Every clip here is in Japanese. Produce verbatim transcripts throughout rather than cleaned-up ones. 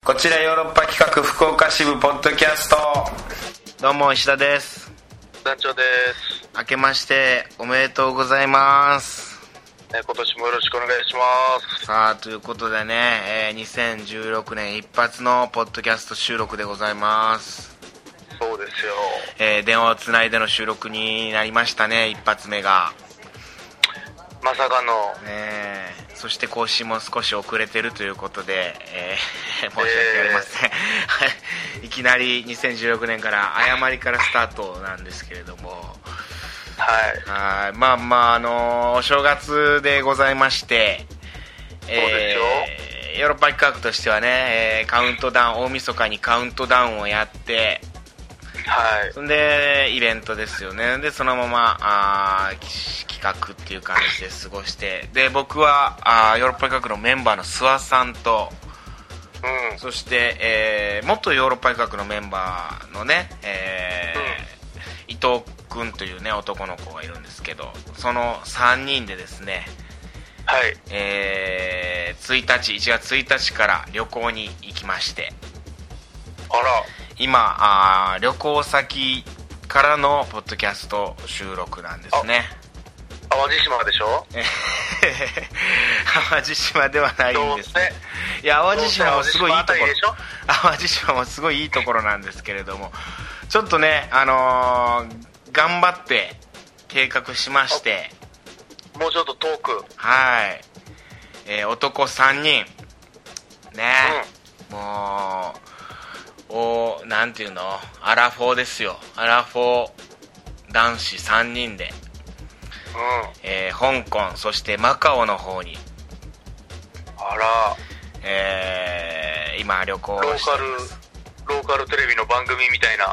こちらヨーロッパ企画福岡支部ポッドキャスト。どうも石田です。 団長です。 明けましておめでとうございます。 えー、今年もよろしくお願いします。 さあということでね、えー、にせんじゅうろくねん一発のポッドキャスト収録でございます。 そうですよ、 えー、電話をつないでの収録になりましたね。一発目がまさかの、 ね、そして更新も少し遅れてるということで、えー、申し訳ありません、えー、いきなりにせんじゅうろくねんから誤りからスタートなんですけれども、 はいはい、まあまああのー、お正月でございまして、 そうですよ、 えー、ヨーロッパ企画としてはね、えー、カウントダウン、大晦日にカウントダウンをやって、 はい、 そんでイベントですよね。でそのままあ企画っていう感じで過ごして、で僕はあヨーロッパ企画のメンバーの諏訪さんと、 うん、 そして、えー、元ヨーロッパ企画のメンバーのね、えーうん、伊藤君というね男の子がいるんですけど、そのさんにんでですね、 はい、 えー、ついたちいちがつついたちから旅行に行きまして、 あら、 今あ旅行先からのポッドキャスト収録なんですね。 淡路島でしょ？ 淡路島ではないんですね。いや淡路島もすごいいいところ、淡路島もすごいいいところなんですけれども、ちょっとねあのー、頑張って計画しまして、 もうちょっと遠く、 はい、えー、男さんにんね、うん、もうおなんていうのアラフォーですよ。アラフォー男子さんにんで、 うんえー、香港そしてマカオの方に、 あら、 えー、今旅行をしています。 ローカルローカルテレビの番組みたいな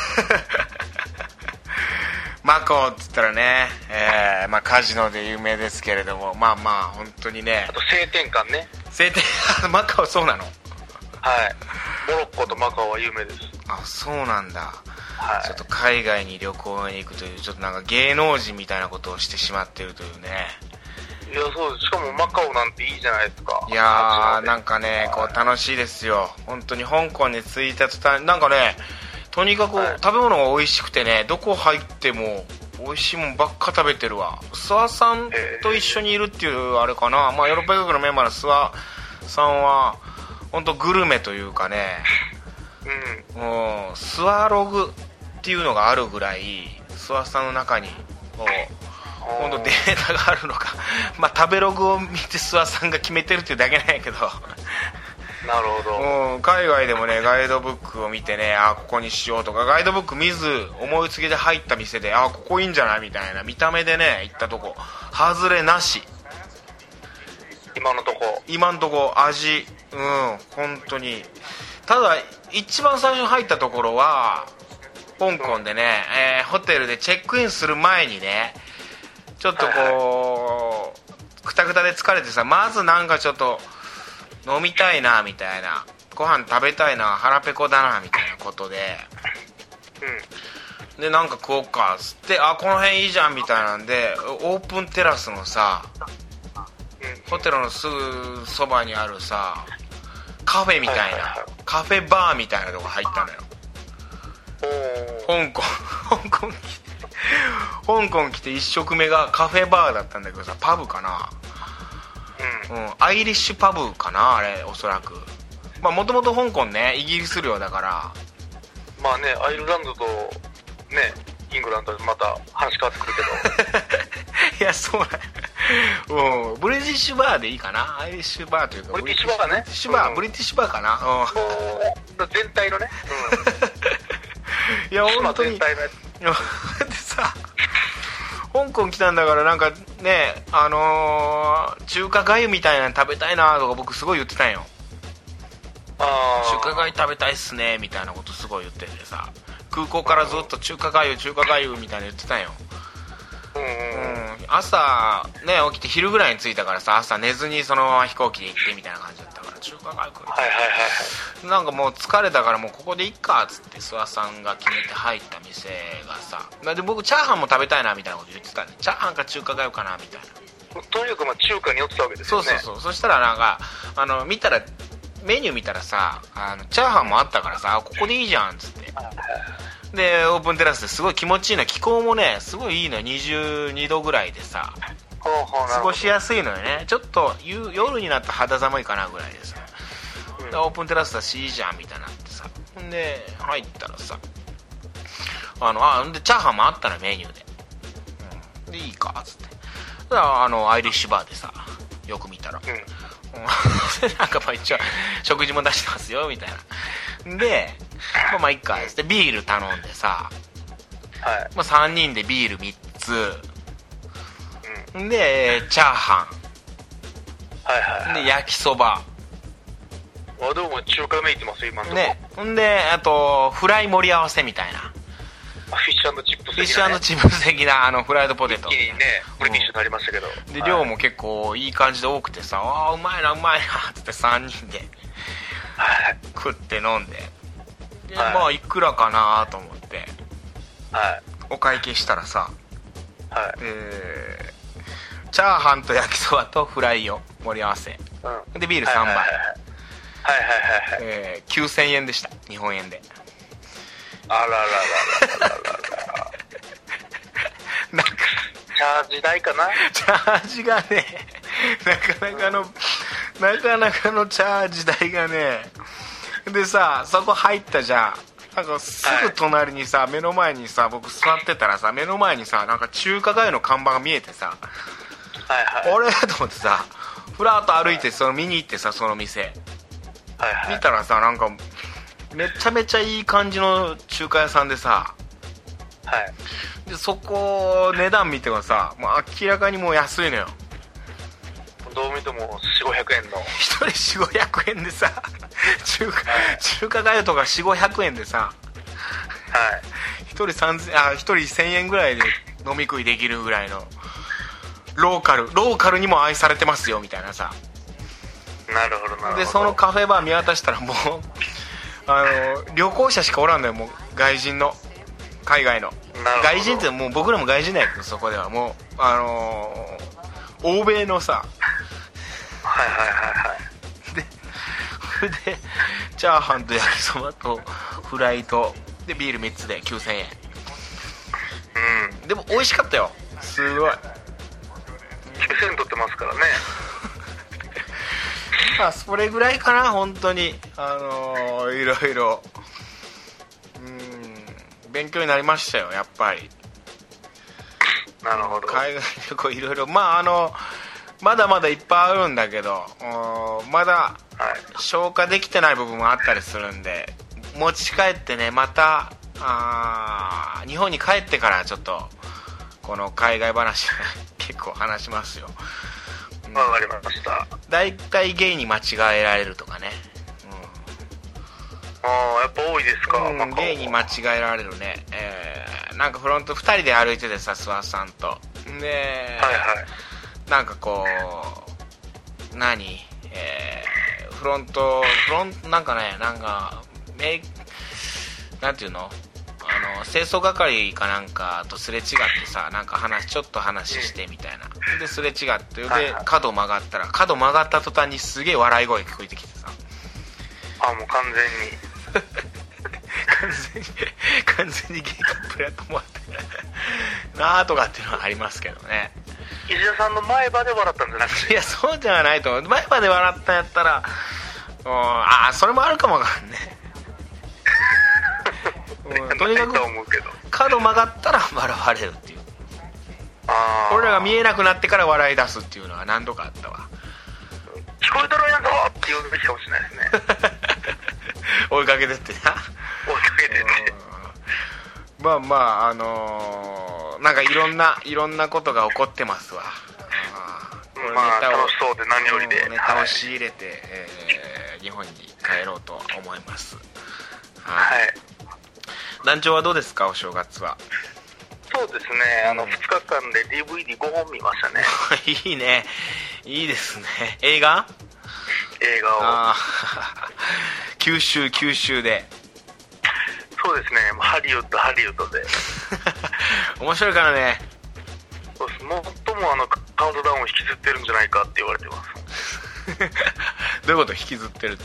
マカオっつったらね、えーまあ、カジノで有名ですけれども、まあまあ本当にね、 あと晴天館ね、 晴天マカオそうなの？ はい、モロッコとマカオは有名です。 あ、そうなんだ、 はい、 ちょっと海外に旅行に行くという、ちょっとなんか芸能人みたいなことをしてしまっているというね。 いや、そうです。しかもマカオなんていいじゃないですか。 いやーなんかね、こう楽しいですよ本当に。香港に着いた途端なんかね、とにかく食べ物が美味しくてね、どこ入っても美味しいもんばっか食べてるわ。諏訪さんと一緒にいるっていうあれかな、まあヨーロッパ企画のメンバーの諏訪さんは本当グルメというかね、 うん、 もうスワログっていうのがあるぐらい諏訪さんの中にこう本当データがあるのかまあ食べログを見て諏訪さんが決めてるっていうだけなんやけどなるほど。 もう海外でもねガイドブックを見てね、あここにしようとか、ガイドブック見ず思いつきで入った店であここいいんじゃないみたいな見た目でね行ったとこ外れなし、 今のとこ今のとこ味、うん本当に。ただ一番最初に入ったところは香港でね、えー、ホテルでチェックインする前にねちょっとこう、はいはい、くたくたで疲れてさ、まずなんかちょっと飲みたいなみたいな、ご飯食べたいな、腹ペコだなみたいなことで、うん、でなんか食おうかっつって、あこの辺いいじゃんみたいなんで、オープンテラスのさ、うん、ホテルのすぐそばにあるさカフェみたいな、はいはいはい、カフェバーみたいなとこ入ったのよ。香港香港来て香港来ていっ食目がカフェバーだったんだけどさ、パブかな、うん、うん、アイリッシュパブかなあれおそらく。まあもともと香港ねイギリス領だから、 まあねアイルランドとねイングランドでまた話変わってくるけどいやそうなんうん、ブリティッシュバーでいいかな、アイリッシュバーというかブリティッシュバーね、 ブリティッシュバー、うん、ブリティッシュバーかな、 うん、全体のね、 うん、いや本当に全体のやつでさ、香港来たんだからなんかねあのー、中華粥みたいなの食べたいなとか僕すごい言ってたんよ。あ中華粥食べたいっすねみたいなことすごい言っててさ、空港からずっと中華粥中華粥みたいな言ってたんよ。うんうん、朝ね起きて昼ぐらいに着いたからさ、朝寝ずにそのまま飛行機で行ってみたいな感じだったから、中華街来る、 はいはいはいはい、 なんかもう疲れたからもうここでいっかっつって諏訪さんが決めて入った店がさ、で僕チャーハンも食べたいなみたいなこと言ってたんで、チャーハンか中華街かなみたいな、 とにかくまあ中華に寄ってたわけですよね。 そうそうそう、そしたらなんかあの見たらメニュー見たらさ、あのチャーハンもあったからさ、ここでいいじゃんっつって、でオープンテラスですごい気持ちいいの、気候もねすごいいいのよ、にじゅうにどぐらいでさ、過ごしやすいのよね。ちょっと夜になったら肌寒いかなぐらいでさ、うん、でオープンテラスだしいいじゃんみたいになってさ、んで入ったらさ、あのあでチャーハンもあったのメニューで、うん、でいいかっつって、あのアイリッシュバーでさ、よく見たら、うんなんかまあ一応食事も出してますよみたいなで、まあまあいっかっつってビール頼んでさ、はい、まあ、さんにんでビールみっつ、うん、でチャーハン、はいはいはい、で焼きそば、 あでも中華めいてますよ今のとこね、んであとフライ盛り合わせみたいな、 フィッシュチップ的な、ね、 フィッシュチップ的なあのフライドポテト、 一気にねブリティッシュになりましたけど、 うん、で量も結構いい感じで多くてさ、ああうまいなうまいなっつってさんにんで食って飲んで、で、はい、まあいくらかなと思って、はい、お会計したらさ、はい、えー、チャーハンと焼きそばとフライを盛り合わせ、うん、でビールさんばい、はいはいはいはい、えー、きゅうせんえんでした、日本円で。 あらららららららなんかチャージ代かな、 チャージがねなかなかの、うん、なかなかのチャージ代がね、でさそこ入ったじゃん、なんかすぐ隣にさ、はい、目の前にさ僕座ってたらさ、目の前にさなんか中華街の看板が見えてさ、はいはい、俺と思ってさふらっと歩いてその見に行ってさ、その店、はいはい、見たらさなんかめちゃめちゃいい感じの中華屋さんでさ、はい、でそこ値段見てもさ、もう明らかにもう安いのよ、 どう見てもよんひゃくごひゃくえんのひとりよんひゃくごひゃくえんでさ中華、はい、中華街とかよんひゃくごひゃくえんでさ、はい、ひとりさんぜんあひとりせんえんぐらいで飲み食いできるぐらいのローカルローカルにも愛されてますよみたいなさ、 なるほどなるほど、 でそのカフェバー見渡したらもうあの旅行者しかおらんのよ、もう外人の、海外の外人ってもう僕らも外人だけど、そこではもうあのー、欧米のさ、 はいはいはいはい、 でそれでチャーハンと焼きそばとフライとでビールみっつできゅうせんえん、うん、でも美味しかったよ、すごいきゅうせんえん取ってますからねまあそれぐらいかな本当に、あのー、いろいろうん勉強になりましたよ、やっぱり。 なるほど。 海外旅行いろいろ、まああのまだまだいっぱいあるんだけど、まだ消化できてない部分もあったりするんで、持ち帰ってね、またあ日本に帰ってからちょっとこの海外話結構話しますよ。 わかりました。 だいたいゲイに間違えられるとかね、 うん、ああやっぱ多いですか、 うん、ゲイに間違えられるね、えー、なんかフロントふたりで歩いててさ、諏訪さんとで、はいはい、なんかこう何、えー、フロントフロントなんかね、なんかめなんていうの、あの清掃係かなんかとすれ違ってさ、なんか話ちょっと話してみたいな、ですれ違ってで、はいはい、角曲がったら角曲がった途端にすげえ笑い声聞こえてきてさ、 あもう完全に完全に完全にゲイカップルやと思ってなあとかっていうのはありますけどね。 石田さんの前歯で笑ったんじゃなくて、 いやそうじゃないと思う、前歯で笑ったんやったら、ああそれもあるかもわかんねうん、とにかく角曲がったら笑われるっていう、あ俺らが見えなくなってから笑い出すっていうのは何度かあったわ。 聞こえたらやんぞって言うべきかもしれないですね追いかけてってな、追いかけてってまあまああのー、なんかいろんないろんなことが起こってますわ。 あまあ楽しそうで何よりでネタを仕入れて、はいえー、日本に帰ろうと思います。はい、はい団長はどうですか、お正月は。 そうですね、あのふつかかんで ディーブイディーごほん見ましたねいいね、いいですね。映画映画をあ九州九州で。 そうですね、ハリウッドハリウッドで面白いからね。 そうです、最もあのカウントダウンを引きずってるんじゃないかって言われてますどういうこと、引きずってるって。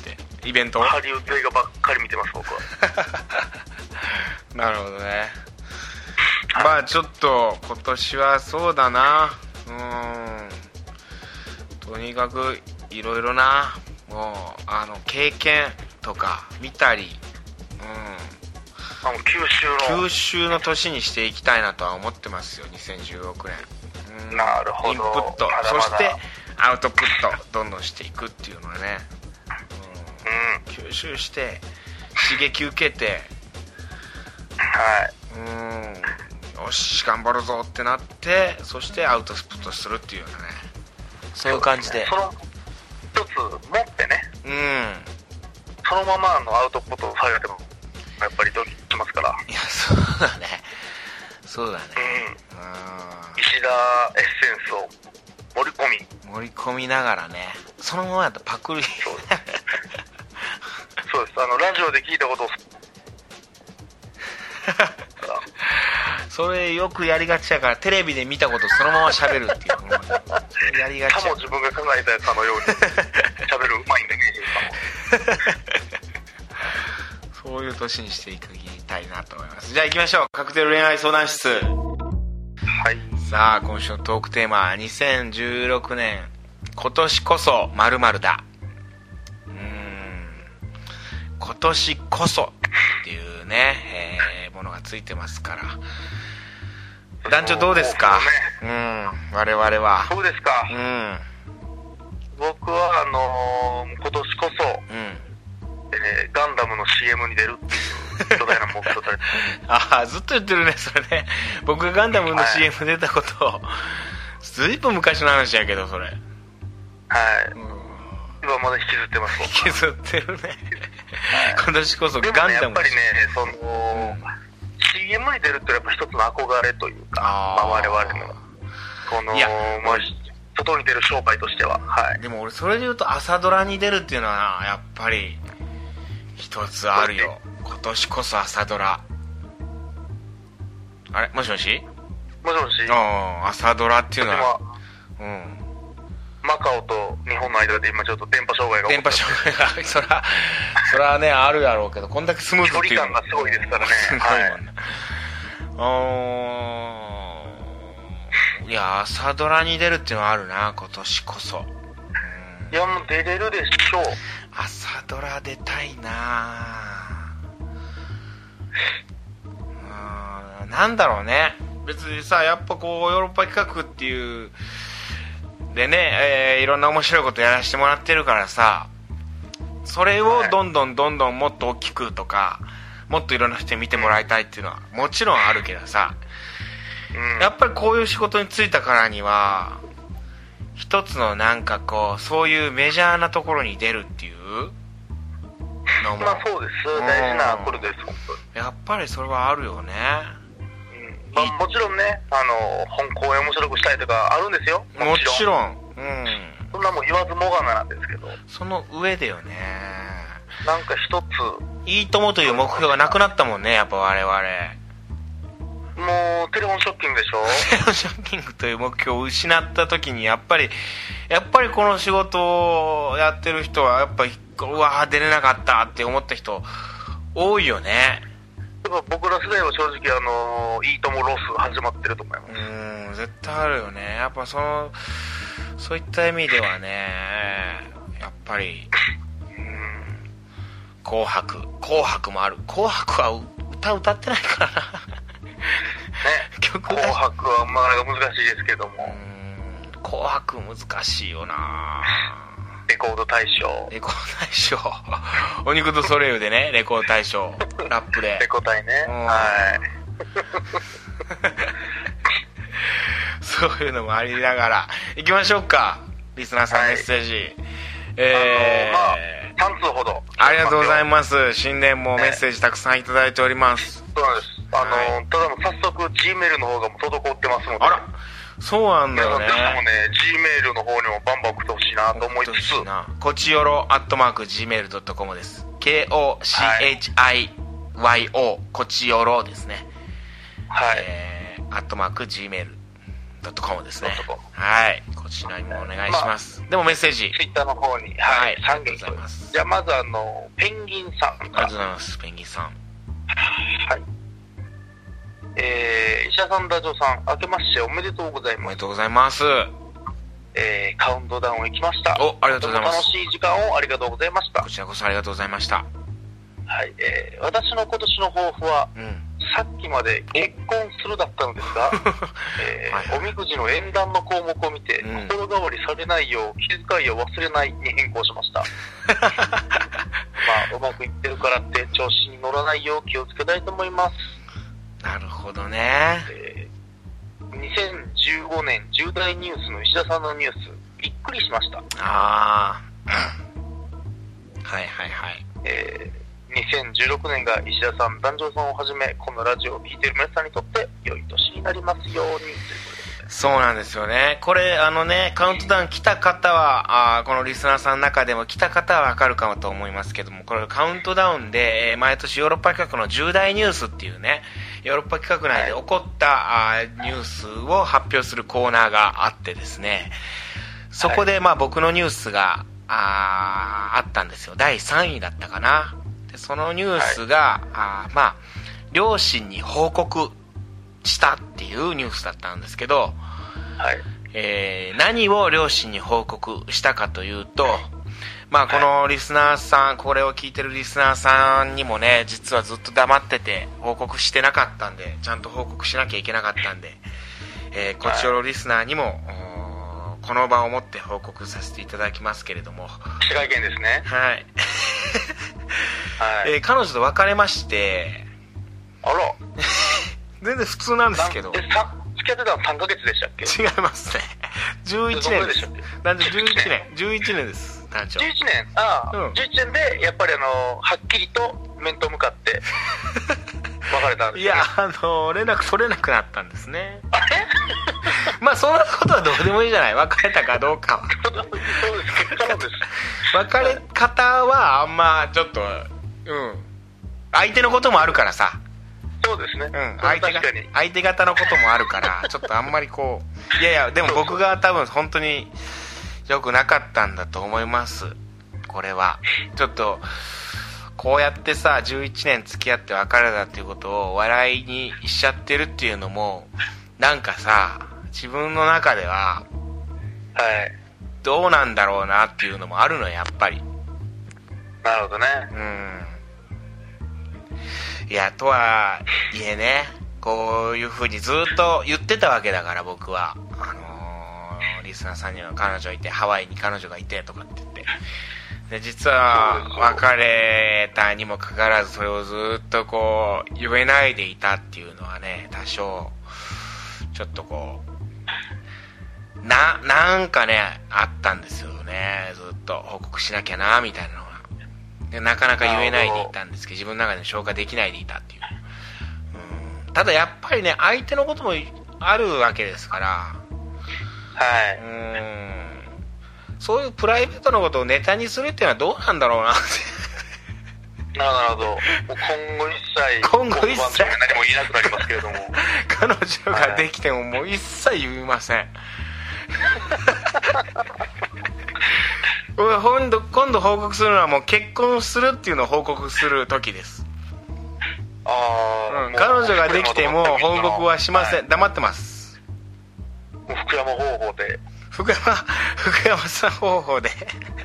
イベントハリウッド映画ばっかり見てます僕は。 なるほどね。まあちょっと今年はそうだな、うーん、とにかくいろいろな、もうあの経験とか見たり、うん、 あの九州の九州の年にしていきたいなとは思ってますよ、にせんじゅうろくねん。うん、 なるほど。 インプット、 まだまだそしてアウトプットどんどんしていくっていうのはね、うん、吸収して刺激受けて、 はい、 うーん、よし頑張るぞってなって、そしてアウトプットするっていうようなね、そういう感じで、 その一つ持ってね、 うん、 そのままのアウトプットをされてもやっぱりドキッときますから。 いや、そうだね、そうだね、 うん、石田エッセンスを盛り込み盛り込みながらね、そのままやったらパクリ。 そうですそうです、あのラジオで聞いたことをそれよくやりがちやから、テレビで見たことそのまま喋るっていう、やりがちや。 さも自分が考えたかのように喋るうまいんだけどそういう年にしていきたいなと思います。じゃあ行きましょう。カクテル恋愛相談室。 はい。 さあ今週のトークテーマはにせんじゅうろくねん今年こそ〇〇だ。うーん、今年こそっていうね、えー、ものがついてますから、団長どうですか？う、ね、うん、我々は。 そうですか。 うん。 僕はあのー、今年こそ、うん、えー、ガンダムの シーエム に出るっていう巨大な目標されてああ、ずっと言ってるねそれね。僕がガンダムの シーエム 出たことを、はい、ずいぶん昔の話やけどそれ。はい。 うん、今まだ引きずってます。 引きずってるね。はい、今年こそガンダム。 でもね、やっぱりね、その、うん、シーエム に出るってやっぱ一つの憧れというか、まあ、我々のこの、まあ、外に出る商売としては、はい。 でも俺それで言うと朝ドラに出るっていうのはやっぱり一つあるよ。今年こそ朝ドラ。あれ、もしもしもしもし。 うん、朝ドラっていうのは、うん、 マカオと日本の間で今ちょっと電波障害が電波障害がそらそらねあるやろうけど、こんだけスムーズっていう距離感がすごいですからね。 すごいもんね。はい、いや朝ドラに出るっていうのはあるな今年こそ。うん、 いやもう出れるでしょう。 朝ドラ出たいな。うん、なんだろうね、別にさ、やっぱこうヨーロッパ企画っていうでね、えー、いろんな面白いことやらせてもらってるからさ、それをどんどんどんどんもっと大きくとか、もっといろんな人に見てもらいたいっていうのはもちろんあるけどさ、うん、やっぱりこういう仕事に就いたからには一つのなんかこうそういうメジャーなところに出るっていうのも、 まあそうです、大事なことです。本当にやっぱりそれはあるよね。 うん、まあ、もちろんね、あの本公演面白くしたいとかあるんですよ。 もちろん、もちろん、うん、 そんなもん言わずもがななんですけど、 その上でよね、 なんか一ついいともという目標がなくなったもんね、やっぱ我々。 もうテレフォンショッキングでしょ。 テレフォンショッキングという目標を失った時にやっぱりやっぱりこの仕事をやってる人はやっぱりうわ出れなかったって思った人多いよね。 やっぱ僕ら世代は正直あのいいともロス始まってると思います。 うん、絶対あるよね。やっぱそのそういった意味ではね、やっぱり紅白紅白もある。紅白は歌歌ってないからなね、曲紅白はまあ難しいですけども、 うーん、紅白難しいよな。 レコード大賞レコード大賞お肉とソレイユでね、レコード大賞ラップでレコ大ね、はいそういうのもありながら行きましょうか。リスナーさん、はい、メッセージ、 えー、あのー、まあさん通ほどありがとうございます。新年もメッセージたくさんいただいております。 そうなんです。あのーはい、ただも早速 G メールの方がもう滞ってますので、 あらそうなんだよね。 皆さんもね G メールの方にもバンバン送ってほしいなと思いつつ、 こちよろアットマーク ジーメールドットコム です。 ケーオーシーエイチアイワイオー こちよろですね。 はい、 えー、アットマーク ジーメール .com ですね。はい。こちらにもお願いします。まあ、でもメッセージ。 ツイッターの方に、はい、さんげんございます。じゃあまずあの、ペンギンさん。ありがとうございます、ペンギンさん。 はい。えー、石田さん、ダジョーさん、明けましておめでとうございます。 おめでとうございます。 えー、カウントダウン行きました。 お、ありがとうございます。 楽しい時間をありがとうございました。 こちらこそありがとうございました。 はい、えー、私の今年の抱負は、うん、さっきまで結婚するだったのですが、えーはいはい、おみくじの縁談の項目を見て、うん、心変わりされないよう気遣いを忘れないに変更しました。まあ、うまくいってるからって調子に乗らないよう気をつけたいと思います。 なるほどね。 えー、にせんじゅうごねん重大ニュースの石田さんのニュース、びっくりしました。 ああ。はいはいはい。 えーにせんじゅうろくねんが石田さん、団長さんをはじめこのラジオを聴いている皆さんにとって良い年になりますようにということで。 そうなんですよね。これあのね、カウントダウン来た方はあこのリスナーさんの中でも来た方は分かるかもと思いますけども、これカウントダウンで、えー、毎年ヨーロッパ企画の重大ニュースっていうね、ヨーロッパ企画内で起こった、はい、あニュースを発表するコーナーがあってですね、そこで、まあ、僕のニュースが あ, あったんですよ。だいさんいだったかな。そのニュースが、はい、あまあ両親に報告したっていうニュースだったんですけど、 はいえー、何を両親に報告したかというと、まあこのリスナーさん、これを聞いてるリスナーさんにもね、実はずっと黙ってて報告してなかったんで、ちゃんと報告しなきゃいけなかったんで、えー、こちらのリスナーにも、はい、この場をもって報告させていただきますけれども、 記者会見ですね。 はいはい、 えー、彼女と別れまして、 あら全然普通なんですけど、 え付き合ってたのさんかげつでしたっけ？ 違いますね。じゅういちねんです。なんでじゅういちねんじゅういちねんです。団長じゅういちねん、ああ、うん、じゅういちねんでやっぱりあのはっきりと面と向かって別れたんです、ね、 いやあの連絡取れなくなったんですね。 あれまあそんなことはどうでもいいじゃない、別れたかどうかは。 そうです、結果なんです。 別れ方はあんまちょっと、うん、相手のこともあるからさ。 そうですね、うん、 相手が相手方のこともあるからちょっとあんまりこう、いやいやでも僕が多分本当に良くなかったんだと思います。これはちょっとこうやってさじゅういちねん付き合って別れたっていうことを笑いにしちゃってるっていうのもなんかさ、自分の中でははいどうなんだろうなっていうのもあるのよ、やっぱり。 なるほどね。 うん。いや、とはいえね、こういう風にずっと言ってたわけだから、僕は。あのー、リスナーさんには彼女いて、ハワイに彼女がいてとかって言って。で、実は別れたにもかかわらず、それをずっとこう、言えないでいたっていうのはね、多少、ちょっとこう、な、なんかね、あったんですよね。ずっと報告しなきゃな、みたいなのが。でなかなか言えないでいたんですけど、自分の中で消化できないでいたっていう。うん、ただやっぱりね、相手のこともあるわけですから、 はい。 うん、そういうプライベートのことをネタにするっていうのはどうなんだろうなって。 なるほど。もう今後一切、 今後一切何も言えなくなりますけれども。 彼女ができてももう一切言いません。今度、今度報告するのはもう結婚するっていうのを報告する時です。 あ、 うん、彼女ができても報告はしません、はい、黙ってます。 もう福山方法で福山福山さん方法で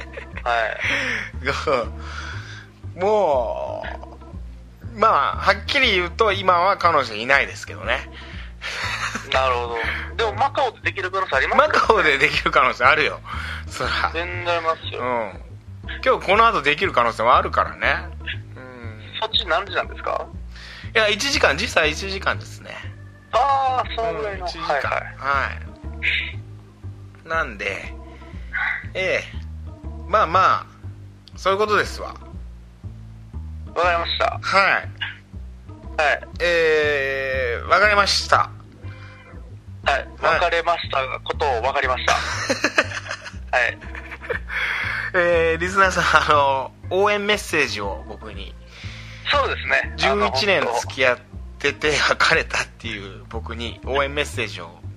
はいもうまあはっきり言うと今は彼女いないですけどね。 なるほど。でもマカオでできる可能性ありますか、ね、 マカオでできる可能性あるよ。そら全然ありますよ。 うん。今日この後できる可能性はあるからね。 うん。そっち何時なんですか？ いやいちじかん、実際いちじかんですね。 ああ、そのぐらいの、うん、いちじかん、はい、はい、 はい。なんで、ええまあまあそういうことですわ。 わかりました。 はい。 はい。 えー、わかりました。 はい。わかれましたことをわかりました。はい。 えー、リスナーさん、あの、応援メッセージを僕に。 そうですね。 じゅういちねん付き合ってて別れたっていう僕に応援メッセージを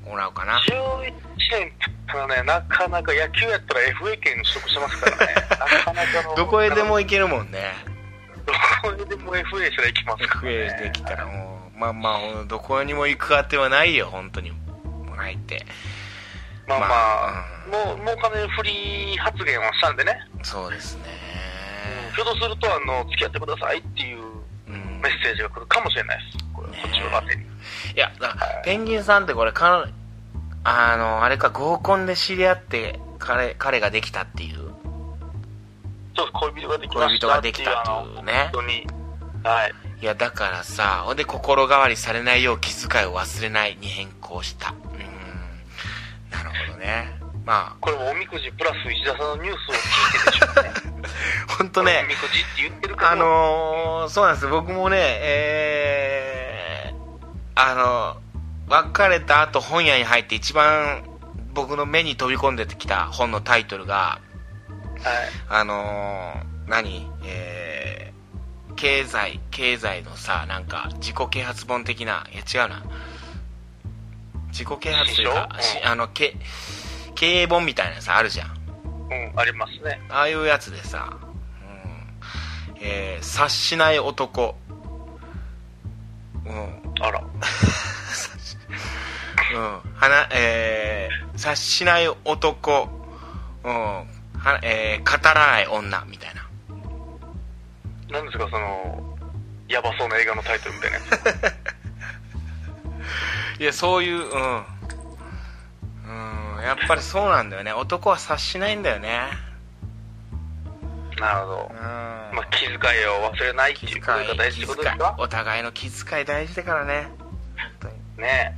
もらおうかな。 じゅういちねんって言ったらね、なかなか野球やったら エフエー 権取得してますからね。なかなかのどこへでも行けるもんね。 どこへでも エフエー すら行きますからね。 エフエー できたらもう、まあまあ、どこにも行くあてはないよ、本当に。もらえて。 まあまあ、まあうん、もう、もう完全にフリー発言をしたんでね。 そうですね。 うん、ひょっとすると、あの、付き合ってくださいっていうメッセージが来るかもしれないです。これ、ね、こっちの当てに。いや、だから、はい、ペンギンさんってこれ、かあの、あれか、合コンで知り合って、彼、彼ができたっていう。 そう、恋人ができました。 恋人ができたっていうね。 本当に。はい。 いや、だからさ、ほんで心変わりされないよう気遣いを忘れないに変更した。うん。なるほどね。まあ。 これもおみくじプラス石田さんのニュースを聞いてでしょうね。 ほんとね。 おみくじって言ってるけど。 あのー、そうなんです。僕もね、えー、あの、別れた後本屋に入って一番僕の目に飛び込んできた本のタイトルが、はい、あのー、何えー、経済、経済のさ、なんか自己啓発本的な、いや違うな。自己啓発というか、うん、あの、け経営本みたいなさ、あるじゃん。 うん、ありますね。 ああいうやつでさ、うん、えー、察しない男。うん。 あら。 うん、はな、えー、察しない男、うん、は、えー、語らない女みたいな。 なんですかそのヤバそうな映画のタイトルみたいなやつ。いやそういう、うん、うん、やっぱりそうなんだよね。男は察しないんだよね。 なるほど。うん、まあ、気遣いを忘れないっていうことが大事ってことですか。 お互いの気遣い大事だからね。本当にね。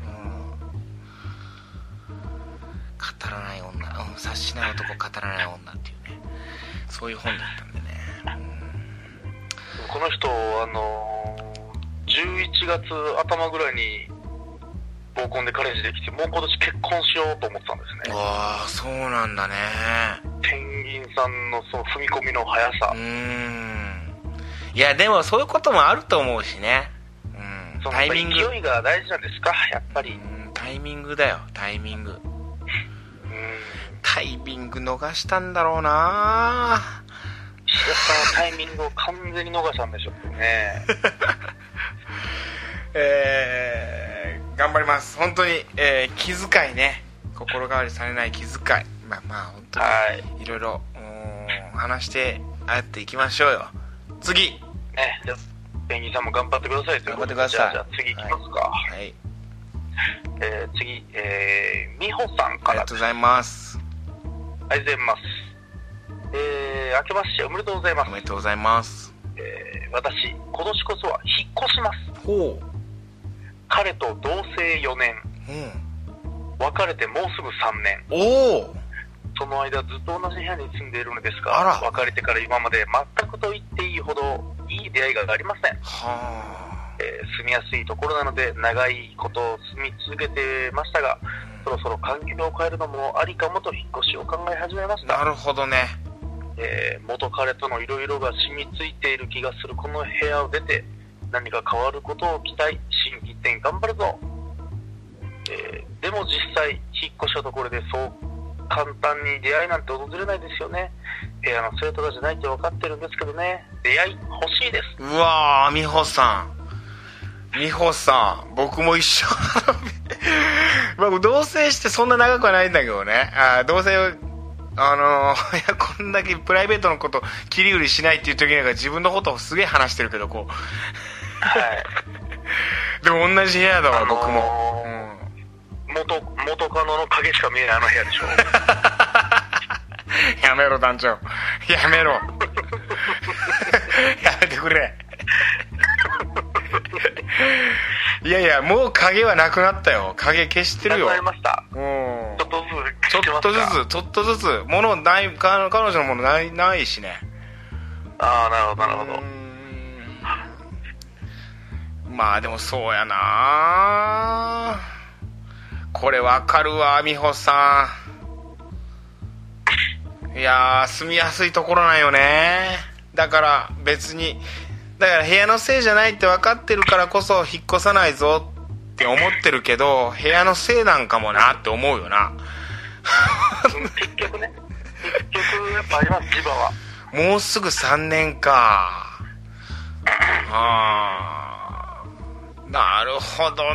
語らない女、うん、察しない男語らない女っていうね、そういう本だったんでね。 うん、この人あのじゅういちがつ頭ぐらいに合コンで彼氏できて、もう今年結婚しようと思ってたんですね。 わあ、そうなんだね。 ペンギンさんのその踏み込みの速さ。うーん。いやでもそういうこともあると思うしね。うん。 そのタイミング。勢いが大事なんですか、やっぱり。 うん、タイミングだよ、タイミング。タイミング逃したんだろうな。 石田さんはタイミングを完全に逃したんでしょうね。 えー、頑張ります。本当に、えー、気遣いね。心変わりされない気遣い。まあまあ本当にいろいろ話してあっていきましょうよ。次。 ね、じゃあペンギンさんも頑張ってくださいということで。 頑張ってください。 じゃあ次行きますか。 はい。はい、 えー、次、えー、美穂さんから。 ありがとうございます。 ありがとうございます。えー、明けましておめでとうございます。 おめでとうございます。 えー、私、今年こそは引っ越します。 ほう。 彼と同棲よねん。 うん。 別れてもうすぐさんねん。 おお。 その間ずっと同じ部屋に住んでいるのですが、別れてから今まで全くと言っていいほどいい出会いがありません。 はあ。えー、住みやすいところなので長いこと住み続けてましたが、そろそろ環境を変えるのもありかもと引っ越しを考え始めました。 なるほどね。 えー、元彼とのいろいろが染みついている気がするこの部屋を出て何か変わることを期待、心機一転頑張るぞ。えー、でも実際引っ越したところでそう簡単に出会いなんて訪れないですよね。部屋の生徒がじゃないって分かってるんですけどね、出会い欲しいです。 うわー、美穂さん美穂さん、僕も一緒僕同棲してそんな長くはないんだけどね。あ、同棲あのー、いやこんだけプライベートのこと切り売りしないっていう時なんか自分のことをすげえ話してるけどこうはいでも同じ部屋だわ、 あのー、 僕も、 うん、元元カノの影しか見えないあの部屋でしょやめろ団長、やめろやめてくれいやいや、もう影はなくなったよ。影消してるよ。 なくなりました。 うん。 ちょっとずつちょっとずつちょっとずつ物ない彼女のものないないしね。 ああ、なるほどなるほど。 まあでもそうやな。これわかるわ、美穂さん。いやー、住みやすいところなんよね。だから別にだから部屋のせいじゃないって分かってるからこそ引っ越さないぞって思ってるけど、部屋のせいなんかもなって思うよな。 結局ね、結局やっぱあります、磁場は。 もうすぐさんねんか。あー、なるほど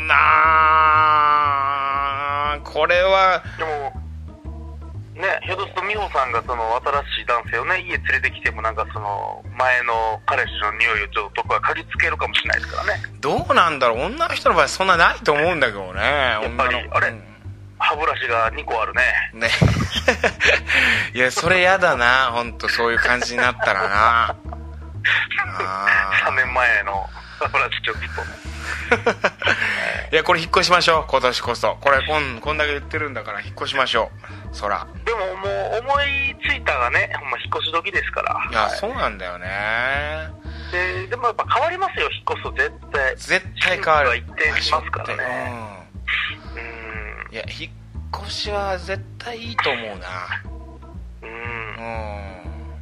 な。これはでもね、ひょっとすると美穂さんがその新しい男性をね、家連れてきてもなんかその前の彼氏の匂いをちょっと僕は嗅ぎつけるかもしれないですからね。 どうなんだろう、女の人の場合そんなないと思うんだけどね。 やっぱりあれ、うん、歯ブラシがにこあるね。ねいや、それやだな、ほんとそういう感じになったらな。 あさんねんまえの歯ブラシちょっといや、これ引っ越しましょう、今年こそ。これこん、こんだけ言ってるんだから引っ越しましょう、そら。 でももう思いついたがね、ほんま引っ越し時ですから。 いや、はい、そうなんだよね。 で、でもやっぱ変わりますよ、引っ越すと絶対。 絶対変わる。 一定しますからね。 うん。うん。いや、引っ越しは絶対いいと思うな。うん。うん。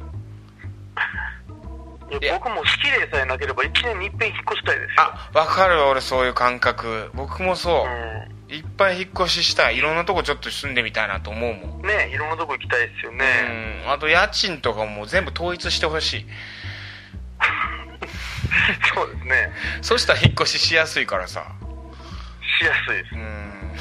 いや、僕も好きでさえなければいちねんに一遍引っ越したいですよ。 あ、わかる、俺そういう感覚。僕もそう、うん、いっぱい引っ越ししたい。いろんなとこちょっと住んでみたいなと思うもんね。いろんなとこ行きたいですよね。 うん。あと家賃とかも全部統一してほしい。 そうですね。 そしたら引っ越ししやすいからさ。 しやすいです。 うん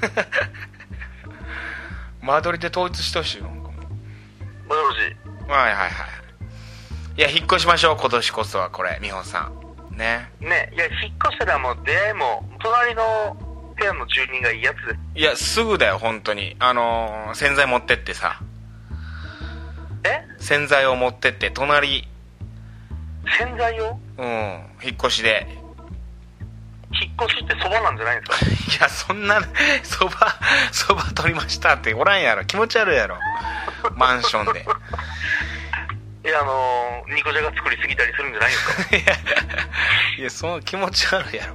間取りで統一してほしいの。間取り。 はいはいはい。いや、引っ越しましょう、今年こそは。これ美穂さんね。 ね、いや、引っ越したらもう出会いも隣の部屋の住人がいいやつです。 いや、すぐだよ、本当に。あのー、洗剤持ってってさ。 え？ 洗剤を持ってって隣。 洗剤を？ うん、引っ越しで。 引っ越しってそばなんじゃないんですか？ いや、そんなそばそば取りましたっておらんやろ。気持ち悪いやろ、マンションで。 いや、あのー、肉じゃが作りすぎたりするんじゃないですか？いや、 いや、その気持ち悪いやろ。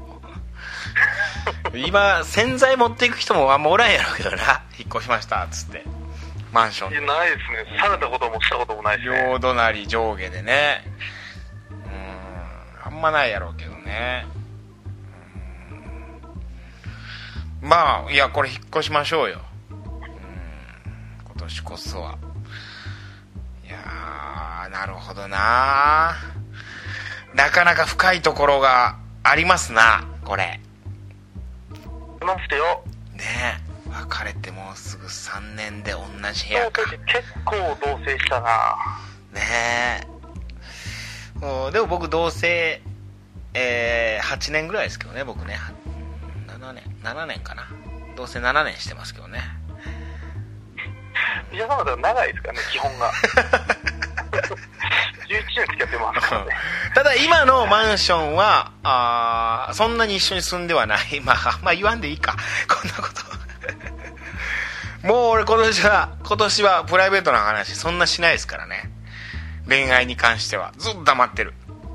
今洗剤持っていく人もあんまおらんやろうけどな。引っ越しましたっつってマンションで。 いや、ないですね。されたこともしたこともないですね。 両隣上下でね。うーん、あんまないやろうけどね。うん、まあ、いや、これ引っ越しましょうよ。うん、今年こそは。いやー、なるほどな。なかなか深いところがありますな、これ。 いますよ。 ねえ、別れてもうすぐさんねんで同じ部屋か。 結構同棲したな。 ねえ。でも僕同棲、えー、はちねんぐらいですけどね、僕ね。ななねん、ななねんかな。同棲ななねんしてますけどね。 伊沢さんは長いですからね、基本が。じゅういちねん付き合ってますからね。 ただ今のマンションはあそんなに一緒に住んではない。まあ、まあ言わんでいいか、こんなこともう俺今年は今年はプライベートな話そんなしないですからね。恋愛に関してはずっと黙ってる。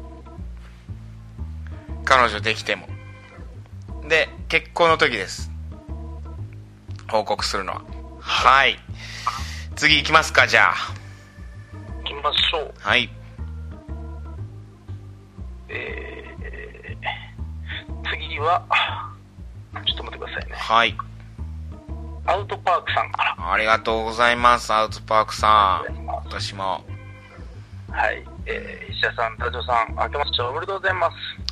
彼女できても。で、結婚の時です報告するのは。はい、次行きますか。じゃあ行きましょう。 はい。 えー、次はちょっと待ってくださいね。 はい。 アウトパークさんから。 ありがとうございます。アウトパークさん。私も。 はい。えー、石田さん、田城さん、明けましておめでとうございます。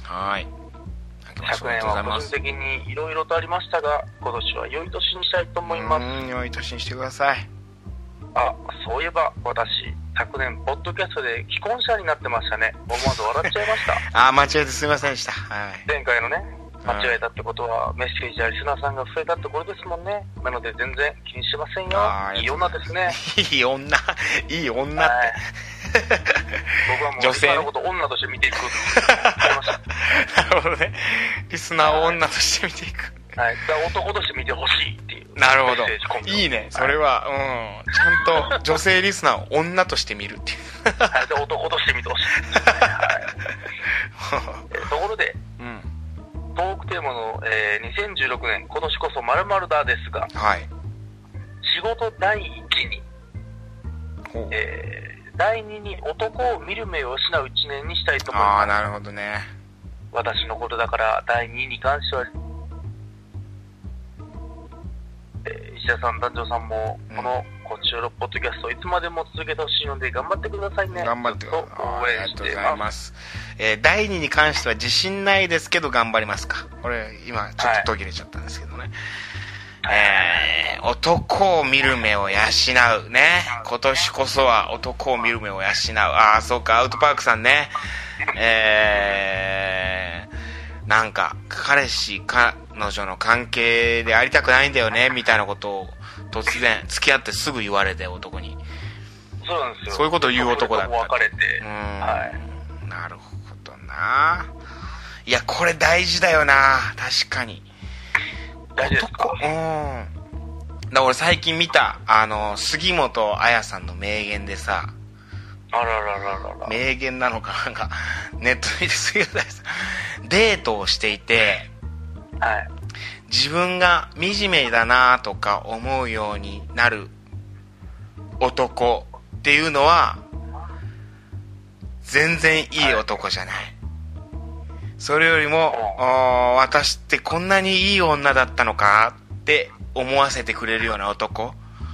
はい。 昨年は個人的にいろいろとありましたが、今年は良い年にしたいと思います。 うん、良い年にしてください。 あ、そういえば私昨年ポッドキャストで既婚者になってましたね。思わず笑っちゃいましたあ、間違えてすみませんでした、はい、 前回のね、間違えたってことはメッセージやリスナーさんが増えたってこれですもんね。なので全然気にしませんよ。いい女ですね。 いい女、いい女って、はい、 僕はもうリスナーのことを女として見ていくって言いましたなるほどね、リスナーを女として見ていく、 はい、だから男として見てほしいっていう。 なるほど、いいね、それは、はい、うん、ちゃんと女性リスナーを女として見るっていうはい、で男として見てほしい、はいえところで、うん、トークテーマの、えー、にせんじゅうろくねん今年こそ〇〇だですが、はい、仕事第一に、えー、第二に男を見る目を失う一年にしたいと思います。 ああ、なるほどね。 私のことだから第二に関してはえー、石田さん、団長さんも、このこちよろポッドキャストをいつまでも続けてほしいので、頑張ってくださいね。 頑張ってください。 応援しています。ありがとうございます。 えー、だいにに関しては自信ないですけど頑張りますか。これ今ちょっと途切れちゃったんですけどね、はい、えー、男を見る目を養うね。今年こそは男を見る目を養う。ああ、そうか、アウトパークさんね。えー、なんか彼氏彼女の関係でありたくないんだよねみたいなことを突然付き合ってすぐ言われて、男に。 そうなんですよ。 そういうことを言う男だった。 別れて。 うん、はい、なるほどな。いや、これ大事だよな。確かに大事ですか。 うん。だから俺最近見たあの杉本彩さんの名言でさ、 あららららら、 名言なのかなんかネット見て杉本彩さんデートをしていて、 はい、 自分が惨めだなとか思うようになる男っていうのは全然いい男じゃない、はい、それよりも、私ってこんなにいい女だったのかって思わせてくれるような男、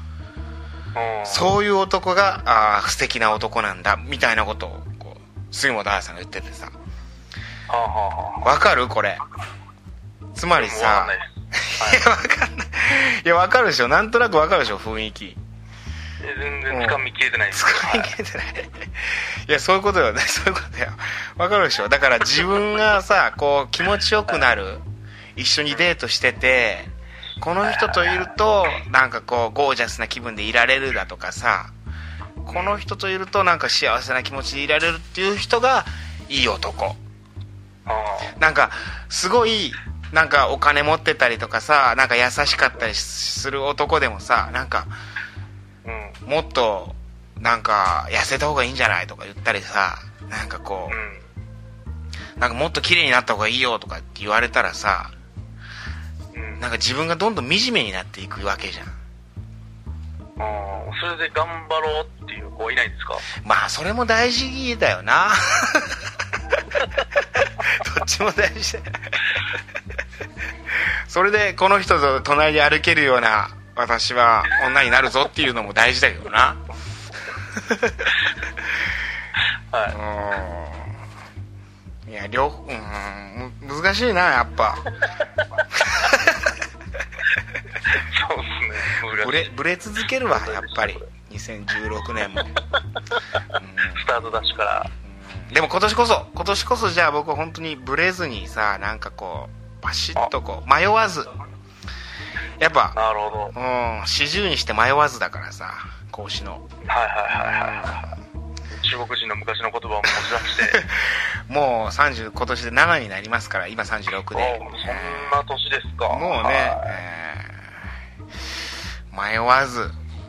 そういう男があ素敵な男なんだみたいなことをこう杉本彩さんが言っててさ、わかるこれ。つまりさ、いやわかんない。いやわかるでしょ。なんとなくわかるでしょ、雰囲気。 全然掴みきれてないです。 掴みきれてない。いや、そういうことよね。そういうことよ。わかるでしょ。だから自分がさ、こう気持ちよくなる、一緒にデートしてて、この人といるとなんかこうゴージャスな気分でいられるだとかさ、この人といるとなんか幸せな気持ちでいられるっていう人がいい男。なんかすごいなんかお金持ってたりとかさ、なんか優しかったりする男でもさ、なんか、うん、もっとなんか痩せた方がいいんじゃないとか言ったりさ、なんかこう、うん、なんかもっと綺麗になった方がいいよとかって言われたらさ、うん、なんか自分がどんどん惨めになっていくわけじゃん。 あ、それで頑張ろうっていう子いないんですか。 まあそれも大事だよなどっちも大事だよそれでこの人と隣で歩けるような私は女になるぞっていうのも大事だけどなはい、いや両方、うん、難しいなやっぱそうですね、 ブレブレ続けるわやっぱりにせんじゅうろくねんも、うん、スタートダッシュから、 うん、でも今年こそ今年こそじゃあ僕は本当にブレずにさ、なんかこうパシッとこう迷わず、やっぱなるほど、 うん、四十にして迷わずだからさ、孔子のはいはいはいはい、中国人の昔の言葉を持ち出してもうさんじゅう今年でななになりますから、今さんじゅうろくで、 そんな年ですか。 もうね、えー、迷わず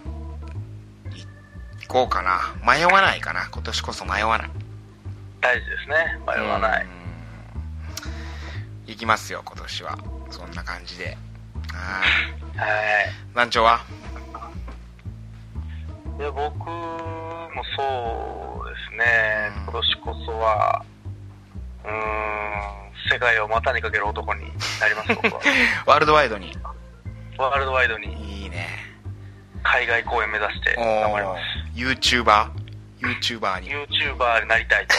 いこうかな。迷わないかな、今年こそ迷わない。 大事ですね、迷わない。 いきますよ今年は、そんな感じで。はい、 はい、 団長は。 いや僕もそうですね、うん、今年こそはうーん世界を股にかける男になります僕はワールドワイドにワールドワイドにいいね、 海外公演目指して頑張ります。 YouTuber? YouTuber に YouTuber になりたいと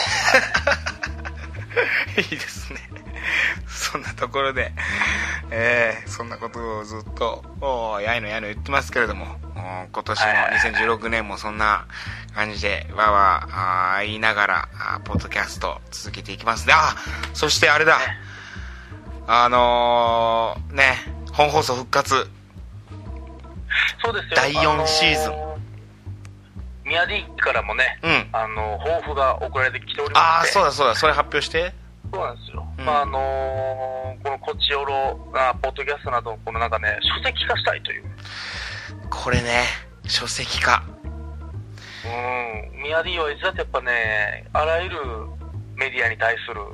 いいですねそんなところで、えー、そんなことをずっとおやいのやいの言ってますけれども、今年もにせんじゅうろくねんもそんな感じでわわあ言いながらあポッドキャスト続けていきますね。あ、そしてあれだ、あのー、ね、本放送復活。 そうですよ、 だいよんシーズン、あのー、ミヤディからもね、 うん、 あの抱負が送られてきておりまして。 ああ、そうだそうだ、それ発表して。 そうなんですよ、うん、まああのー、このこちおろあポッドキャストなどこのなんかね書籍化したいという。 これね、書籍化、 うん、ミヤディはいつだってやっぱね、あらゆるメディアに対する、うん、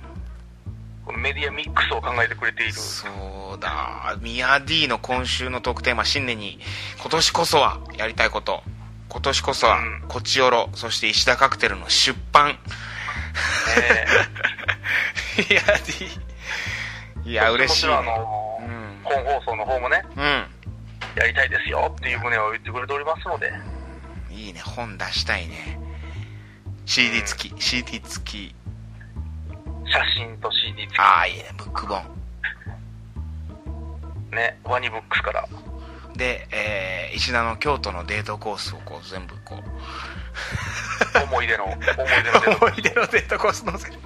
このメディアミックスを考えてくれている。 そうだ、ミヤディの今週のトークテーマ、新年に今年こそはやりたいこと、今年こそはこちおろ、そして石田カクテルの出版、えー、ミヤディ、いや嬉しい、ね、 もちろんあのーうん、本放送の方もね、 うん、 やりたいですよっていう旨を言ってくれておりますので。 いいね、本出したいね。 シーディー 付き、うん、シーディー 付き、 写真と シーディー 付き。 ああいいね、ブック本ね、ワニブックスからで、えー、石田の京都のデートコースをこう全部こう思い出の思い出のデート思い出のデートコースのせい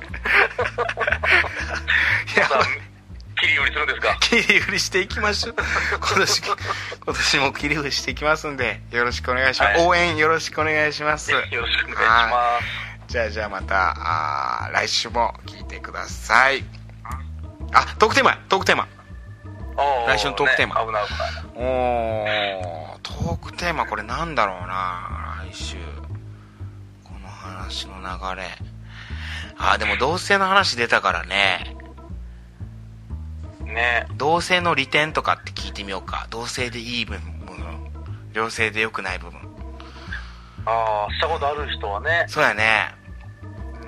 やまた切り売りするんですか。 切り売りしていきましょう今年今年も切り売りしていきますんで、よろしくお願いします、はい、応援よろしくお願いします。 よろしくお願いします。 じゃあじゃあまたあ来週も聞いてください。あ、トークテーマトークテーマ来週のトークテーマ、 ね、危ない危ない。 おー、トークテーマこれなんだろうな来週。この話の流れ、あ、でも同性の話出たからね。 ね、 同性の利点とかって聞いてみようか。同性でいい部分、両性で良くない部分。 ああ、したことある人はね。 そうやね。 うん、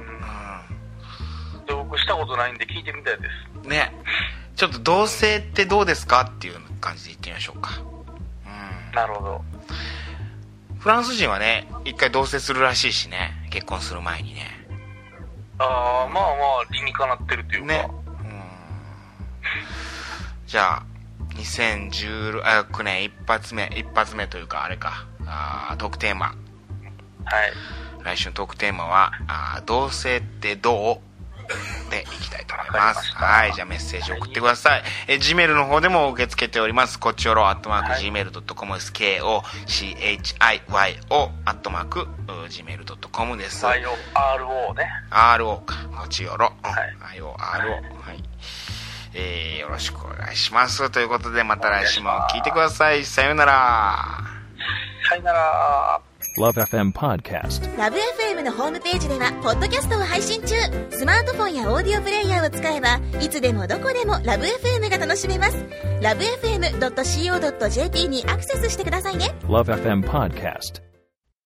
で僕したことないんで聞いてみたいですね。ちょっと同性ってどうですかっていう感じで言ってみましょうか。 うん、なるほど。 フランス人はね、一回同棲するらしいしね、結婚する前にね。 ああ、まあまあ理にかなってるというかね。うん、 じゃあにせんじゅうろくねん一発目一発目というかあれか、あトークテーマ、 はい、 来週のトークテーマはあ同棲ってどうでいきたいと思います。はい、じゃあメッセージ送ってください。え Gmail の方でも受け付けております。こちよろアットマーク ジーメールドットコムです。ケーオーシーエイチアイワイオー アットマーク ジーメールドットコム です。 アイオーアールオー ね。 アールオー か、こちよろ、はい、アイオーアールオー、 はい、 はい、えー、よろしくお願いしますということで、また来週も聞いてください。さようなら。 さよなら。 Love エフエム Podcast。 ラブ エフエム のホームページではポッドキャストを配信中。スマートフォンやオーディオプレイヤーを使えばいつでもどこでもラブ エフエム が楽しめます。ラブエフエムドットシーオードットジェーピー にアクセスしてくださいね。 Love エフエム Podcast。